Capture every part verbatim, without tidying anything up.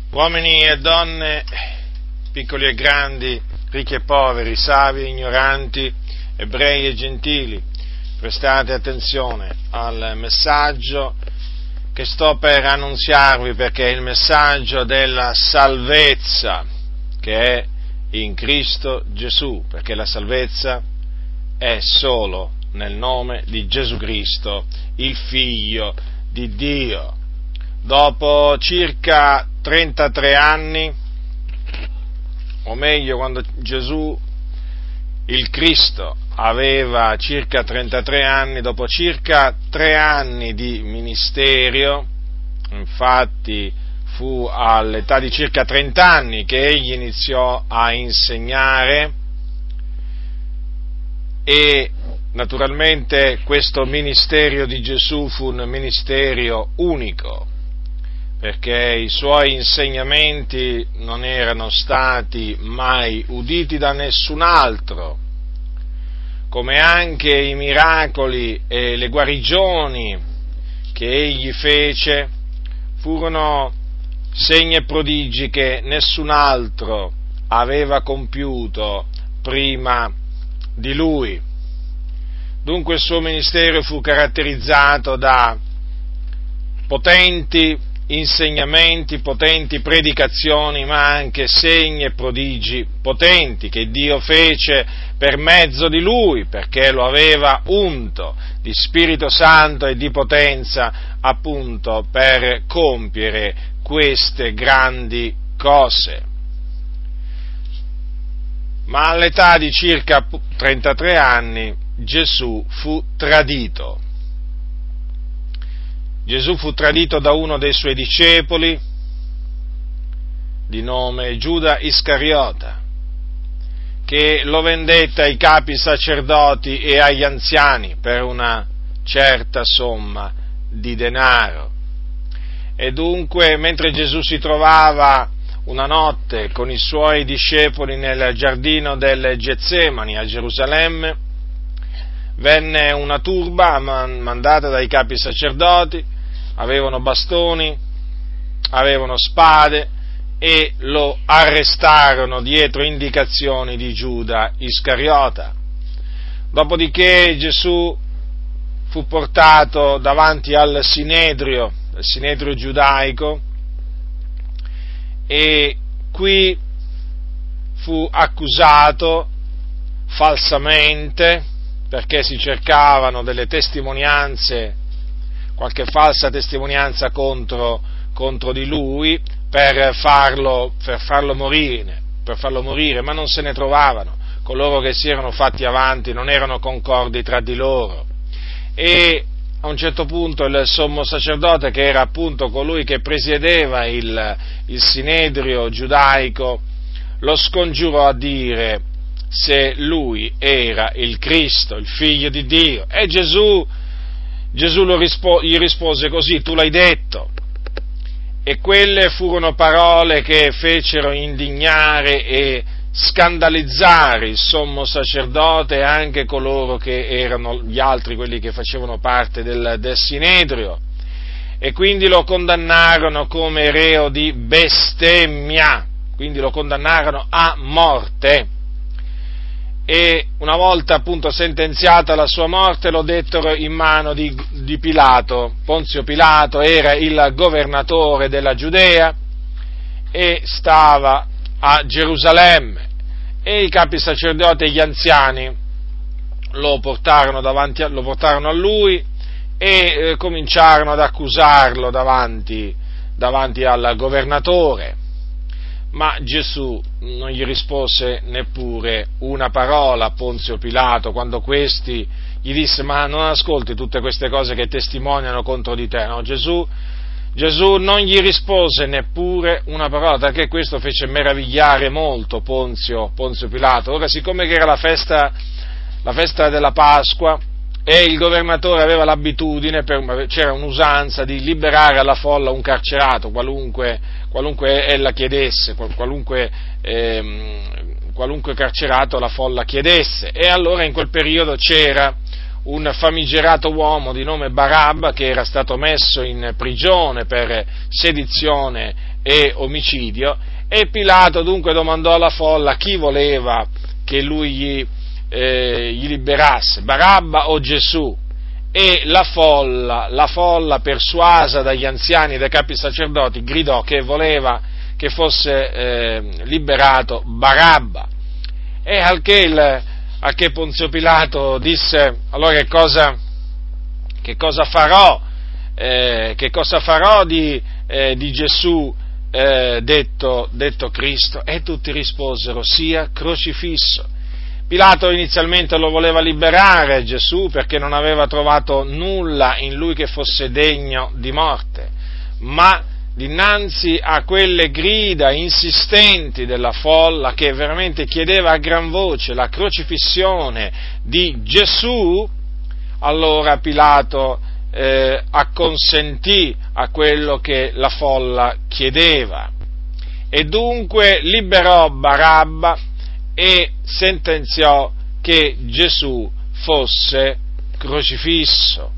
Uomini e donne, piccoli e grandi, ricchi e poveri, savi e ignoranti, ebrei e gentili, prestate attenzione al messaggio che sto per annunziarvi, perché è il messaggio della salvezza che è in Cristo Gesù, perché la salvezza è solo nel nome di Gesù Cristo, il Figlio di Dio. Dopo circa trentatré anni, o meglio, quando Gesù, il Cristo, aveva circa trentatré anni, dopo circa tre anni di ministero, infatti fu all'età di circa trenta anni che egli iniziò a insegnare, e naturalmente questo ministero di Gesù fu un ministero unico, perché i suoi insegnamenti non erano stati mai uditi da nessun altro, come anche i miracoli e le guarigioni che egli fece furono segni e prodigi che nessun altro aveva compiuto prima di lui. Dunque il suo ministero fu caratterizzato da potenti insegnamenti, potenti predicazioni, ma anche segni e prodigi potenti che Dio fece per mezzo di lui, perché lo aveva unto di Spirito Santo e di potenza, appunto per compiere queste grandi cose. Ma all'età di circa trentatré anni Gesù fu tradito. Gesù fu tradito da uno dei suoi discepoli, di nome Giuda Iscariota, che lo vendette ai capi sacerdoti e agli anziani per una certa somma di denaro. E dunque, mentre Gesù si trovava una notte con i suoi discepoli nel giardino del Getsemani a Gerusalemme, venne una turba mandata dai capi sacerdoti. Avevano bastoni, avevano spade e lo arrestarono dietro indicazioni di Giuda Iscariota. Dopodiché Gesù fu portato davanti al Sinedrio, al Sinedrio giudaico, e qui fu accusato falsamente, perché si cercavano delle testimonianze, qualche falsa testimonianza contro, contro di lui per farlo, per farlo morire, per farlo morire, ma non se ne trovavano. Coloro che si erano fatti avanti non erano concordi tra di loro. E a un certo punto il sommo sacerdote, che era appunto colui che presiedeva il, il Sinedrio giudaico, lo scongiurò a dire se lui era il Cristo, il Figlio di Dio. E Gesù Gesù lo rispo- gli rispose così: tu l'hai detto. E quelle furono parole che fecero indignare e scandalizzare il sommo sacerdote e anche coloro che erano gli altri, quelli che facevano parte del, del Sinedrio, e quindi lo condannarono come reo di bestemmia, quindi lo condannarono a morte. E una volta appunto sentenziata la sua morte lo dettero in mano di, di Pilato. Ponzio Pilato era il governatore della Giudea e stava a Gerusalemme, e i capi sacerdoti e gli anziani lo portarono davanti a, lo portarono a lui e eh, cominciarono ad accusarlo davanti, davanti al governatore. Ma Gesù non gli rispose neppure una parola a Ponzio Pilato, quando questi gli disse: ma non ascolti tutte queste cose che testimoniano contro di te? No, Gesù, Gesù non gli rispose neppure una parola, perché questo fece meravigliare molto Ponzio, Ponzio Pilato. Ora, siccome che era la festa, la festa della Pasqua, e il governatore aveva l'abitudine, per, c'era un'usanza di liberare alla folla un carcerato, qualunque, qualunque ella chiedesse, qualunque, ehm, qualunque carcerato la folla chiedesse. E allora in quel periodo c'era un famigerato uomo di nome Barabba, che era stato messo in prigione per sedizione e omicidio, e Pilato dunque domandò alla folla chi voleva che lui gli, eh, gli liberasse, Barabba o Gesù, e la folla, la folla persuasa dagli anziani e dai capi sacerdoti gridò che voleva che fosse eh, liberato Barabba. E al che, il, al che Ponzio Pilato disse: allora che cosa, che cosa farò? Eh, che cosa farò di, eh, di Gesù eh, detto, detto Cristo? E tutti risposero: sia crocifisso. Pilato inizialmente lo voleva liberare Gesù perché non aveva trovato nulla in lui che fosse degno di morte, ma dinanzi a quelle grida insistenti della folla che veramente chiedeva a gran voce la crocifissione di Gesù, allora Pilato eh, acconsentì a quello che la folla chiedeva e dunque liberò Barabba e sentenziò che Gesù fosse crocifisso.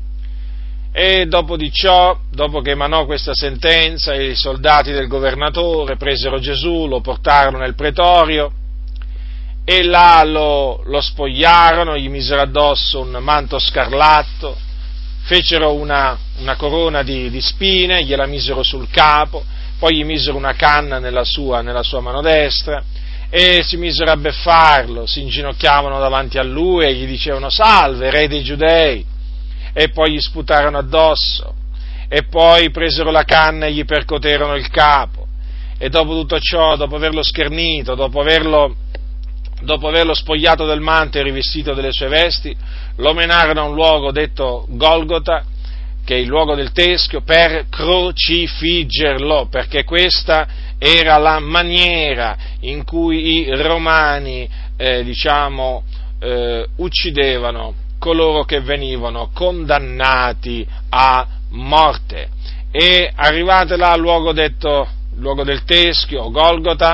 E dopo di ciò, dopo che emanò questa sentenza, i soldati del governatore presero Gesù, lo portarono nel pretorio e là lo, lo spogliarono, gli misero addosso un manto scarlatto, fecero una, una corona di, di spine, gliela misero sul capo, poi gli misero una canna nella sua, nella sua mano destra e si misero a beffarlo, si inginocchiavano davanti a lui e gli dicevano: salve, re dei Giudei, e poi gli sputarono addosso, e poi presero la canna e gli percoterono il capo, e dopo tutto ciò, dopo averlo schernito, dopo averlo, dopo averlo spogliato del manto e rivestito delle sue vesti, lo menarono a un luogo detto Golgota, che è il luogo del teschio, per crocifiggerlo, perché questa era la maniera in cui i romani, eh, diciamo, eh, uccidevano coloro che venivano condannati a morte. E arrivate là al luogo detto, luogo del teschio, Golgota,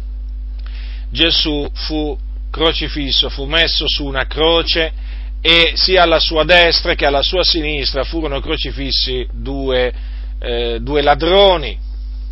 Gesù fu crocifisso, fu messo su una croce e sia alla sua destra che alla sua sinistra furono crocifissi due, eh, due ladroni.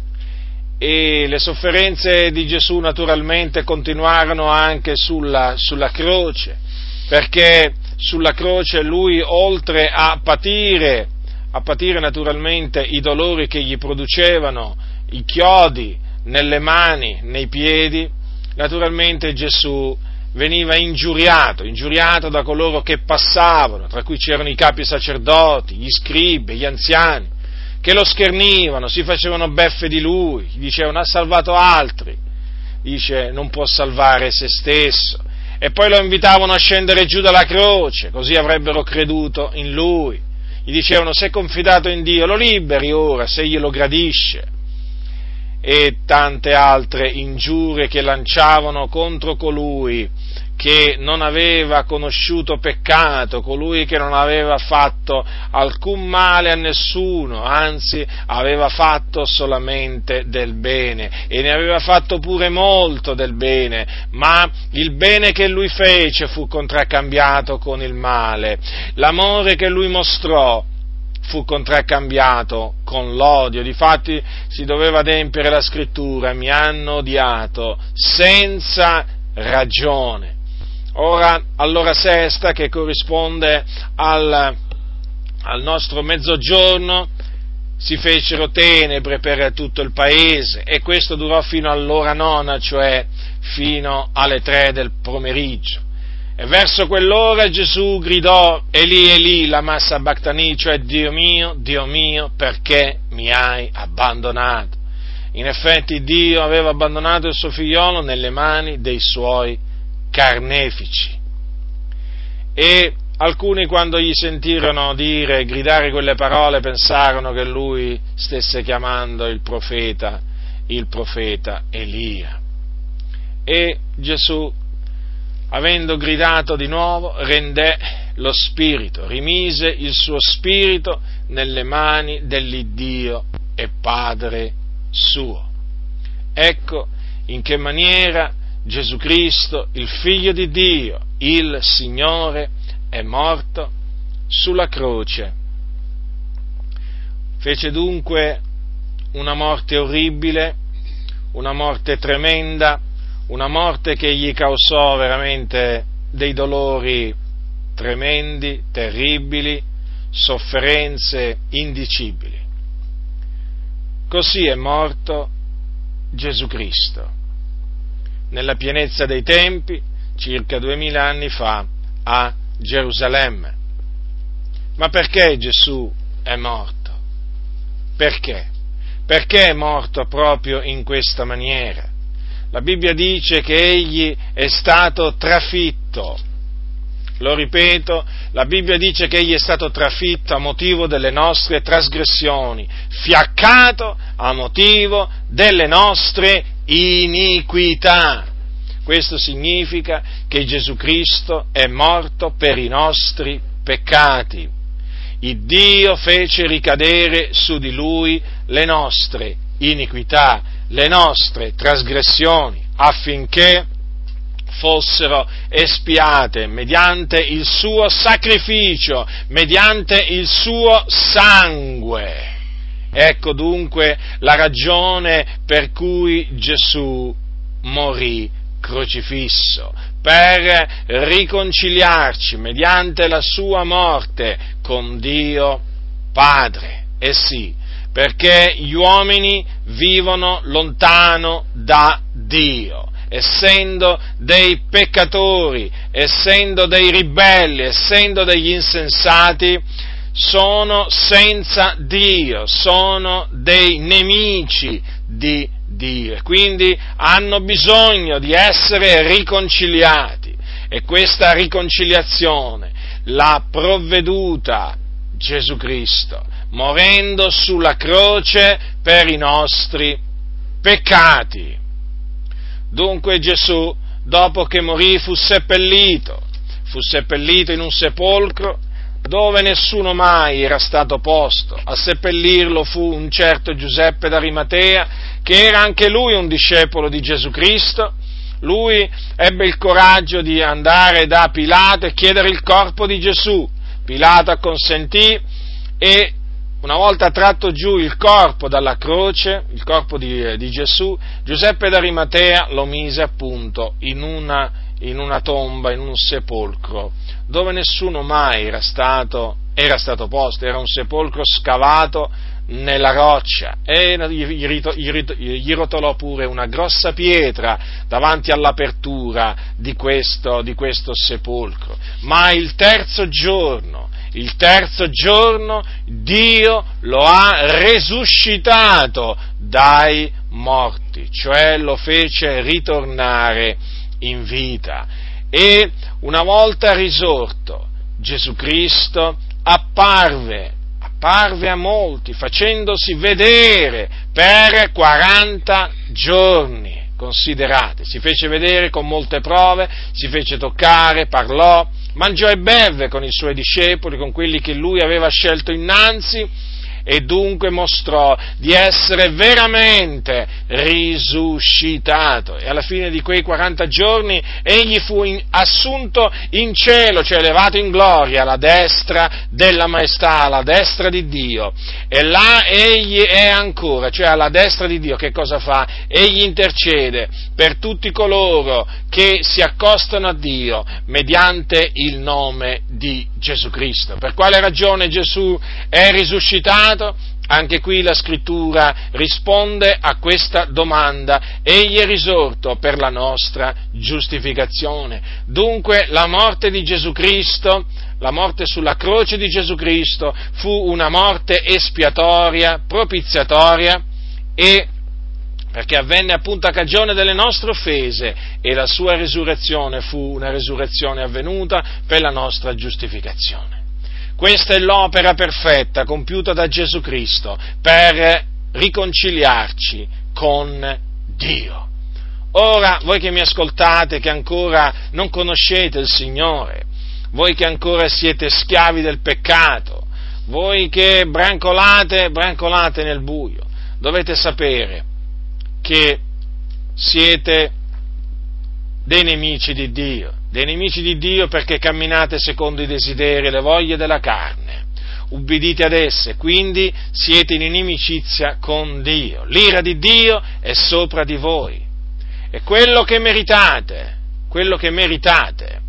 E le sofferenze di Gesù naturalmente continuarono anche sulla, sulla croce, perché sulla croce lui, oltre a patire, a patire naturalmente i dolori che gli producevano i chiodi nelle mani, nei piedi, naturalmente Gesù veniva ingiuriato, ingiuriato da coloro che passavano, tra cui c'erano i capi sacerdoti, gli scribi, gli anziani, che lo schernivano, si facevano beffe di lui, gli dicevano: ha salvato altri, dice non può salvare se stesso, e poi lo invitavano a scendere giù dalla croce, così avrebbero creduto in lui, gli dicevano: se è confidato in Dio lo liberi ora, se glielo gradisce, e tante altre ingiurie che lanciavano contro colui che non aveva conosciuto peccato, colui che non aveva fatto alcun male a nessuno, anzi aveva fatto solamente del bene, e ne aveva fatto pure molto del bene, ma il bene che lui fece fu contraccambiato con il male, l'amore che lui mostrò fu contraccambiato con l'odio. Difatti si doveva adempiere la scrittura: mi hanno odiato senza ragione. Ora, all'ora sesta, che corrisponde al, al nostro mezzogiorno, si fecero tenebre per tutto il paese, e questo durò fino all'ora nona, cioè fino alle tre del pomeriggio. E verso quell'ora Gesù gridò: Eli, Eli, lama sabachthani, cioè Dio mio, Dio mio, perché mi hai abbandonato? In effetti Dio aveva abbandonato il suo figliolo nelle mani dei suoi carnefici. E alcuni, quando gli sentirono dire, gridare quelle parole, pensarono che lui stesse chiamando il profeta, il profeta Elia. E Gesù, avendo gridato di nuovo, rendè lo spirito, rimise il suo spirito nelle mani dell'Iddio e Padre suo. Ecco in che maniera Gesù Cristo, il Figlio di Dio, il Signore, è morto sulla croce. Fece dunque una morte orribile, una morte tremenda, una morte che gli causò veramente dei dolori tremendi, terribili, sofferenze indicibili. Così è morto Gesù Cristo, nella pienezza dei tempi, circa duemila anni fa, a Gerusalemme. Ma perché Gesù è morto? Perché? Perché è morto proprio in questa maniera? La Bibbia dice che egli è stato trafitto. Lo ripeto, la Bibbia dice che egli è stato trafitto a motivo delle nostre trasgressioni, fiaccato a motivo delle nostre iniquità. Questo significa che Gesù Cristo è morto per i nostri peccati. Il Dio fece ricadere su di Lui le nostre iniquità, le nostre trasgressioni, affinché fossero espiate mediante il suo sacrificio, mediante il suo sangue. Ecco dunque la ragione per cui Gesù morì crocifisso, per riconciliarci mediante la sua morte con Dio Padre. E sì, perché gli uomini vivono lontano da Dio, essendo dei peccatori, essendo dei ribelli, essendo degli insensati, sono senza Dio, sono dei nemici di Dio e quindi hanno bisogno di essere riconciliati, e questa riconciliazione l'ha provveduta Gesù Cristo, morendo sulla croce per i nostri peccati. Dunque Gesù, dopo che morì, fu seppellito, fu seppellito in un sepolcro dove nessuno mai era stato posto. A seppellirlo fu un certo Giuseppe d'Arimatea, che era anche lui un discepolo di Gesù Cristo. Lui ebbe il coraggio di andare da Pilato e chiedere il corpo di Gesù. Pilato acconsentì e una volta tratto giù il corpo dalla croce, il corpo di, di Gesù, Giuseppe d'Arimatea lo mise appunto in una, in una tomba, in un sepolcro, dove nessuno mai era stato, era stato posto, era un sepolcro scavato nella roccia, e gli, gli, gli rotolò pure una grossa pietra davanti all'apertura di questo, di questo sepolcro. Ma il terzo giorno, il terzo giorno Dio lo ha resuscitato dai morti, cioè lo fece ritornare in vita. E una volta risorto, Gesù Cristo apparve, apparve a molti, facendosi vedere per quaranta giorni. Considerate, si fece vedere con molte prove, si fece toccare, parlò, mangiò e bevve con i suoi discepoli, con quelli che lui aveva scelto innanzi, e dunque mostrò di essere veramente risuscitato. E alla fine di quei quaranta giorni egli fu in, assunto in cielo, cioè elevato in gloria alla destra della maestà, alla destra di Dio. E là egli è ancora, cioè alla destra di Dio. Che cosa fa? Egli intercede per tutti coloro che si accostano a Dio mediante il nome di Gesù Cristo. Per quale ragione Gesù è risuscitato? Anche qui la Scrittura risponde a questa domanda: egli è risorto per la nostra giustificazione. Dunque la morte di Gesù Cristo, la morte sulla croce di Gesù Cristo fu una morte espiatoria, propiziatoria, e perché avvenne appunto a cagione delle nostre offese, e la sua resurrezione fu una resurrezione avvenuta per la nostra giustificazione. Questa è l'opera perfetta compiuta da Gesù Cristo per riconciliarci con Dio. Ora, voi che mi ascoltate, che ancora non conoscete il Signore, voi che ancora siete schiavi del peccato, voi che brancolate, brancolate nel buio, dovete sapere che siete dei nemici di Dio, dei nemici di Dio perché camminate secondo i desideri e le voglie della carne. ubbidite ad esse, quindi siete in inimicizia con Dio. L'ira di Dio è sopra di voi. E quello che meritate, quello che meritate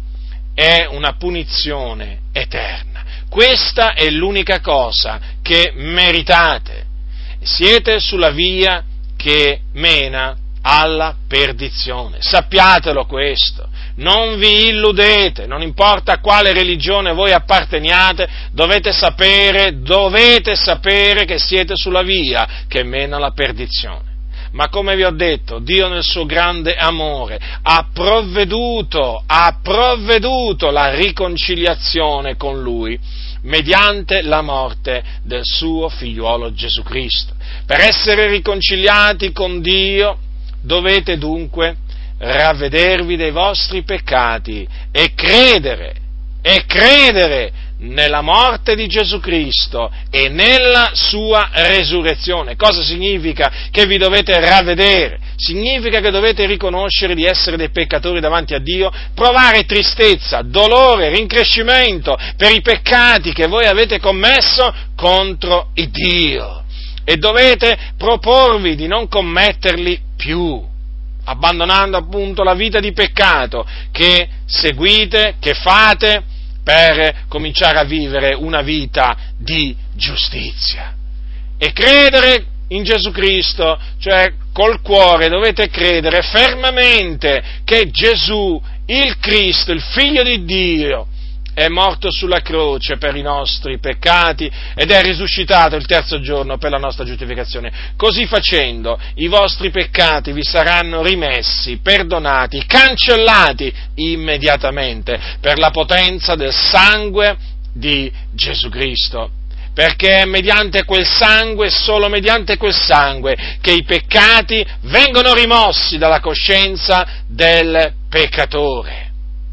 è una punizione eterna. Questa è l'unica cosa che meritate. Siete sulla via che mena alla perdizione. Sappiatelo questo. Non vi illudete, non importa a quale religione voi apparteniate, dovete sapere, dovete sapere che siete sulla via che mena alla perdizione. Ma come vi ho detto, Dio nel suo grande amore ha provveduto, ha provveduto la riconciliazione con Lui mediante la morte del suo figliuolo Gesù Cristo. Per essere riconciliati con Dio dovete dunque ravvedervi dei vostri peccati e credere, e credere nella morte di Gesù Cristo e nella sua resurrezione. Cosa significa che vi dovete ravvedere? Significa che dovete riconoscere di essere dei peccatori davanti a Dio, provare tristezza, dolore, rincrescimento per i peccati che voi avete commesso contro il Dio e dovete proporvi di non commetterli più, abbandonando appunto la vita di peccato che seguite, che fate, per cominciare a vivere una vita di giustizia e credere in Gesù Cristo, cioè col cuore dovete credere fermamente che Gesù, il Cristo, il Figlio di Dio, è morto sulla croce per i nostri peccati ed è risuscitato il terzo giorno per la nostra giustificazione. Così facendo i vostri peccati vi saranno rimessi, perdonati, cancellati immediatamente per la potenza del sangue di Gesù Cristo. Perché è mediante quel sangue, solo mediante quel sangue, che i peccati vengono rimossi dalla coscienza del peccatore.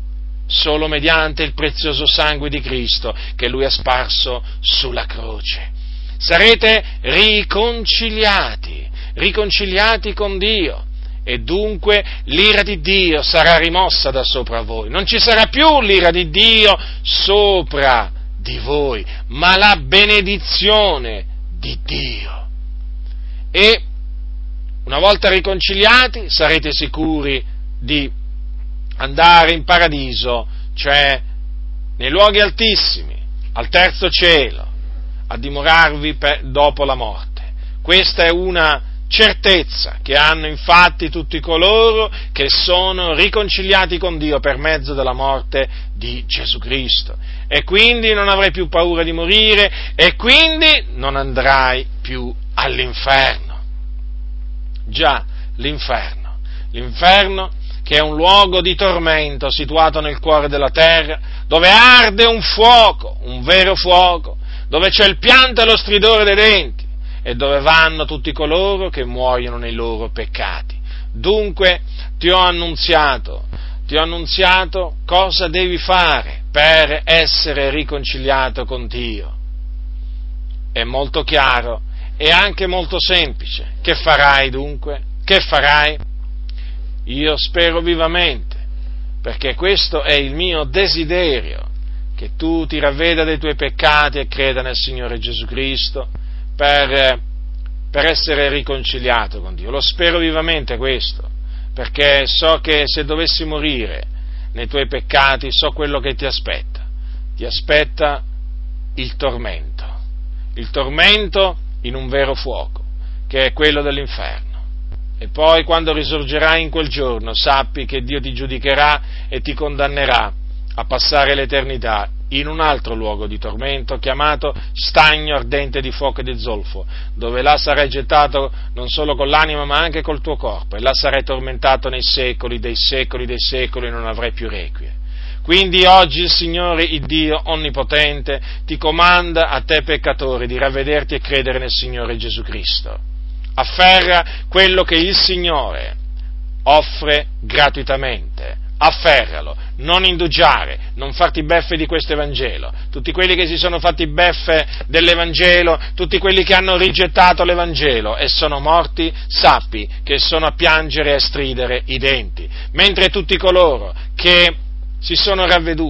Solo mediante il prezioso sangue di Cristo che Lui ha sparso sulla croce. Sarete riconciliati, riconciliati con Dio e dunque l'ira di Dio sarà rimossa da sopra voi. Non ci sarà più l'ira di Dio sopra di voi, ma la benedizione di Dio. E una volta riconciliati sarete sicuri di andare in paradiso, cioè nei luoghi altissimi, al terzo cielo, a dimorarvi per, dopo la morte. Questa è una certezza che hanno infatti tutti coloro che sono riconciliati con Dio per mezzo della morte di Gesù Cristo. E quindi non avrai più paura di morire e quindi non andrai più all'inferno. Già, l'inferno. L'inferno che è un luogo di tormento situato nel cuore della terra, dove arde un fuoco, un vero fuoco, dove c'è il pianto e lo stridore dei denti, e dove vanno tutti coloro che muoiono nei loro peccati. Dunque ti ho annunziato, ti ho annunziato cosa devi fare per essere riconciliato con Dio. È molto chiaro e anche molto semplice. Che farai dunque? Che farai? Io spero vivamente, perché questo è il mio desiderio, che tu ti ravveda dei tuoi peccati e creda nel Signore Gesù Cristo per, per essere riconciliato con Dio. Lo spero vivamente questo, perché so che se dovessi morire nei tuoi peccati, so quello che ti aspetta. Ti aspetta il tormento, il tormento in un vero fuoco, che è quello dell'inferno. E poi quando risorgerai in quel giorno sappi che Dio ti giudicherà e ti condannerà a passare l'eternità in un altro luogo di tormento chiamato stagno ardente di fuoco e di zolfo, dove là sarai gettato non solo con l'anima ma anche col tuo corpo e là sarai tormentato nei secoli dei secoli dei secoli e non avrai più requie. Quindi oggi il Signore, il Dio Onnipotente, ti comanda a te peccatore di ravvederti e credere nel Signore Gesù Cristo. Afferra quello che il Signore offre gratuitamente, afferralo, non indugiare, non farti beffe di questo Evangelo. Tutti quelli che si sono fatti beffe dell'Evangelo, tutti quelli che hanno rigettato l'Evangelo e sono morti, sappi che sono a piangere e a stridere i denti, mentre tutti coloro che si sono ravveduti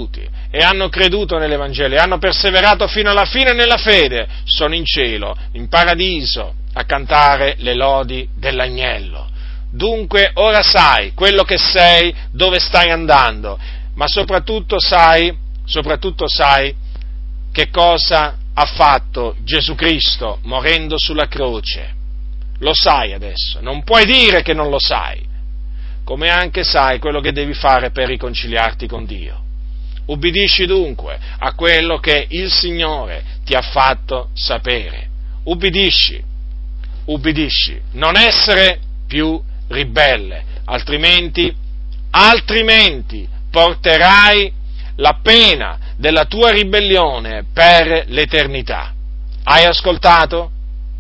e hanno creduto nell'Evangelo e hanno perseverato fino alla fine nella fede, sono in cielo, in paradiso, a cantare le lodi dell'Agnello. Dunque ora sai quello che sei, dove stai andando, ma soprattutto sai, soprattutto sai che cosa ha fatto Gesù Cristo morendo sulla croce. Lo sai adesso, non puoi dire che non lo sai, come anche sai quello che devi fare per riconciliarti con Dio. Ubbidisci dunque a quello che il Signore ti ha fatto sapere. Ubbidisci, ubbidisci, non essere più ribelle, altrimenti, altrimenti porterai la pena della tua ribellione per l'eternità. Hai ascoltato?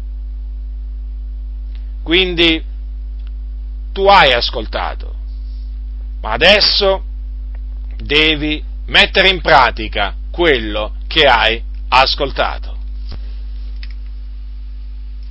Quindi tu hai ascoltato, ma adesso devi mettere in pratica quello che hai ascoltato.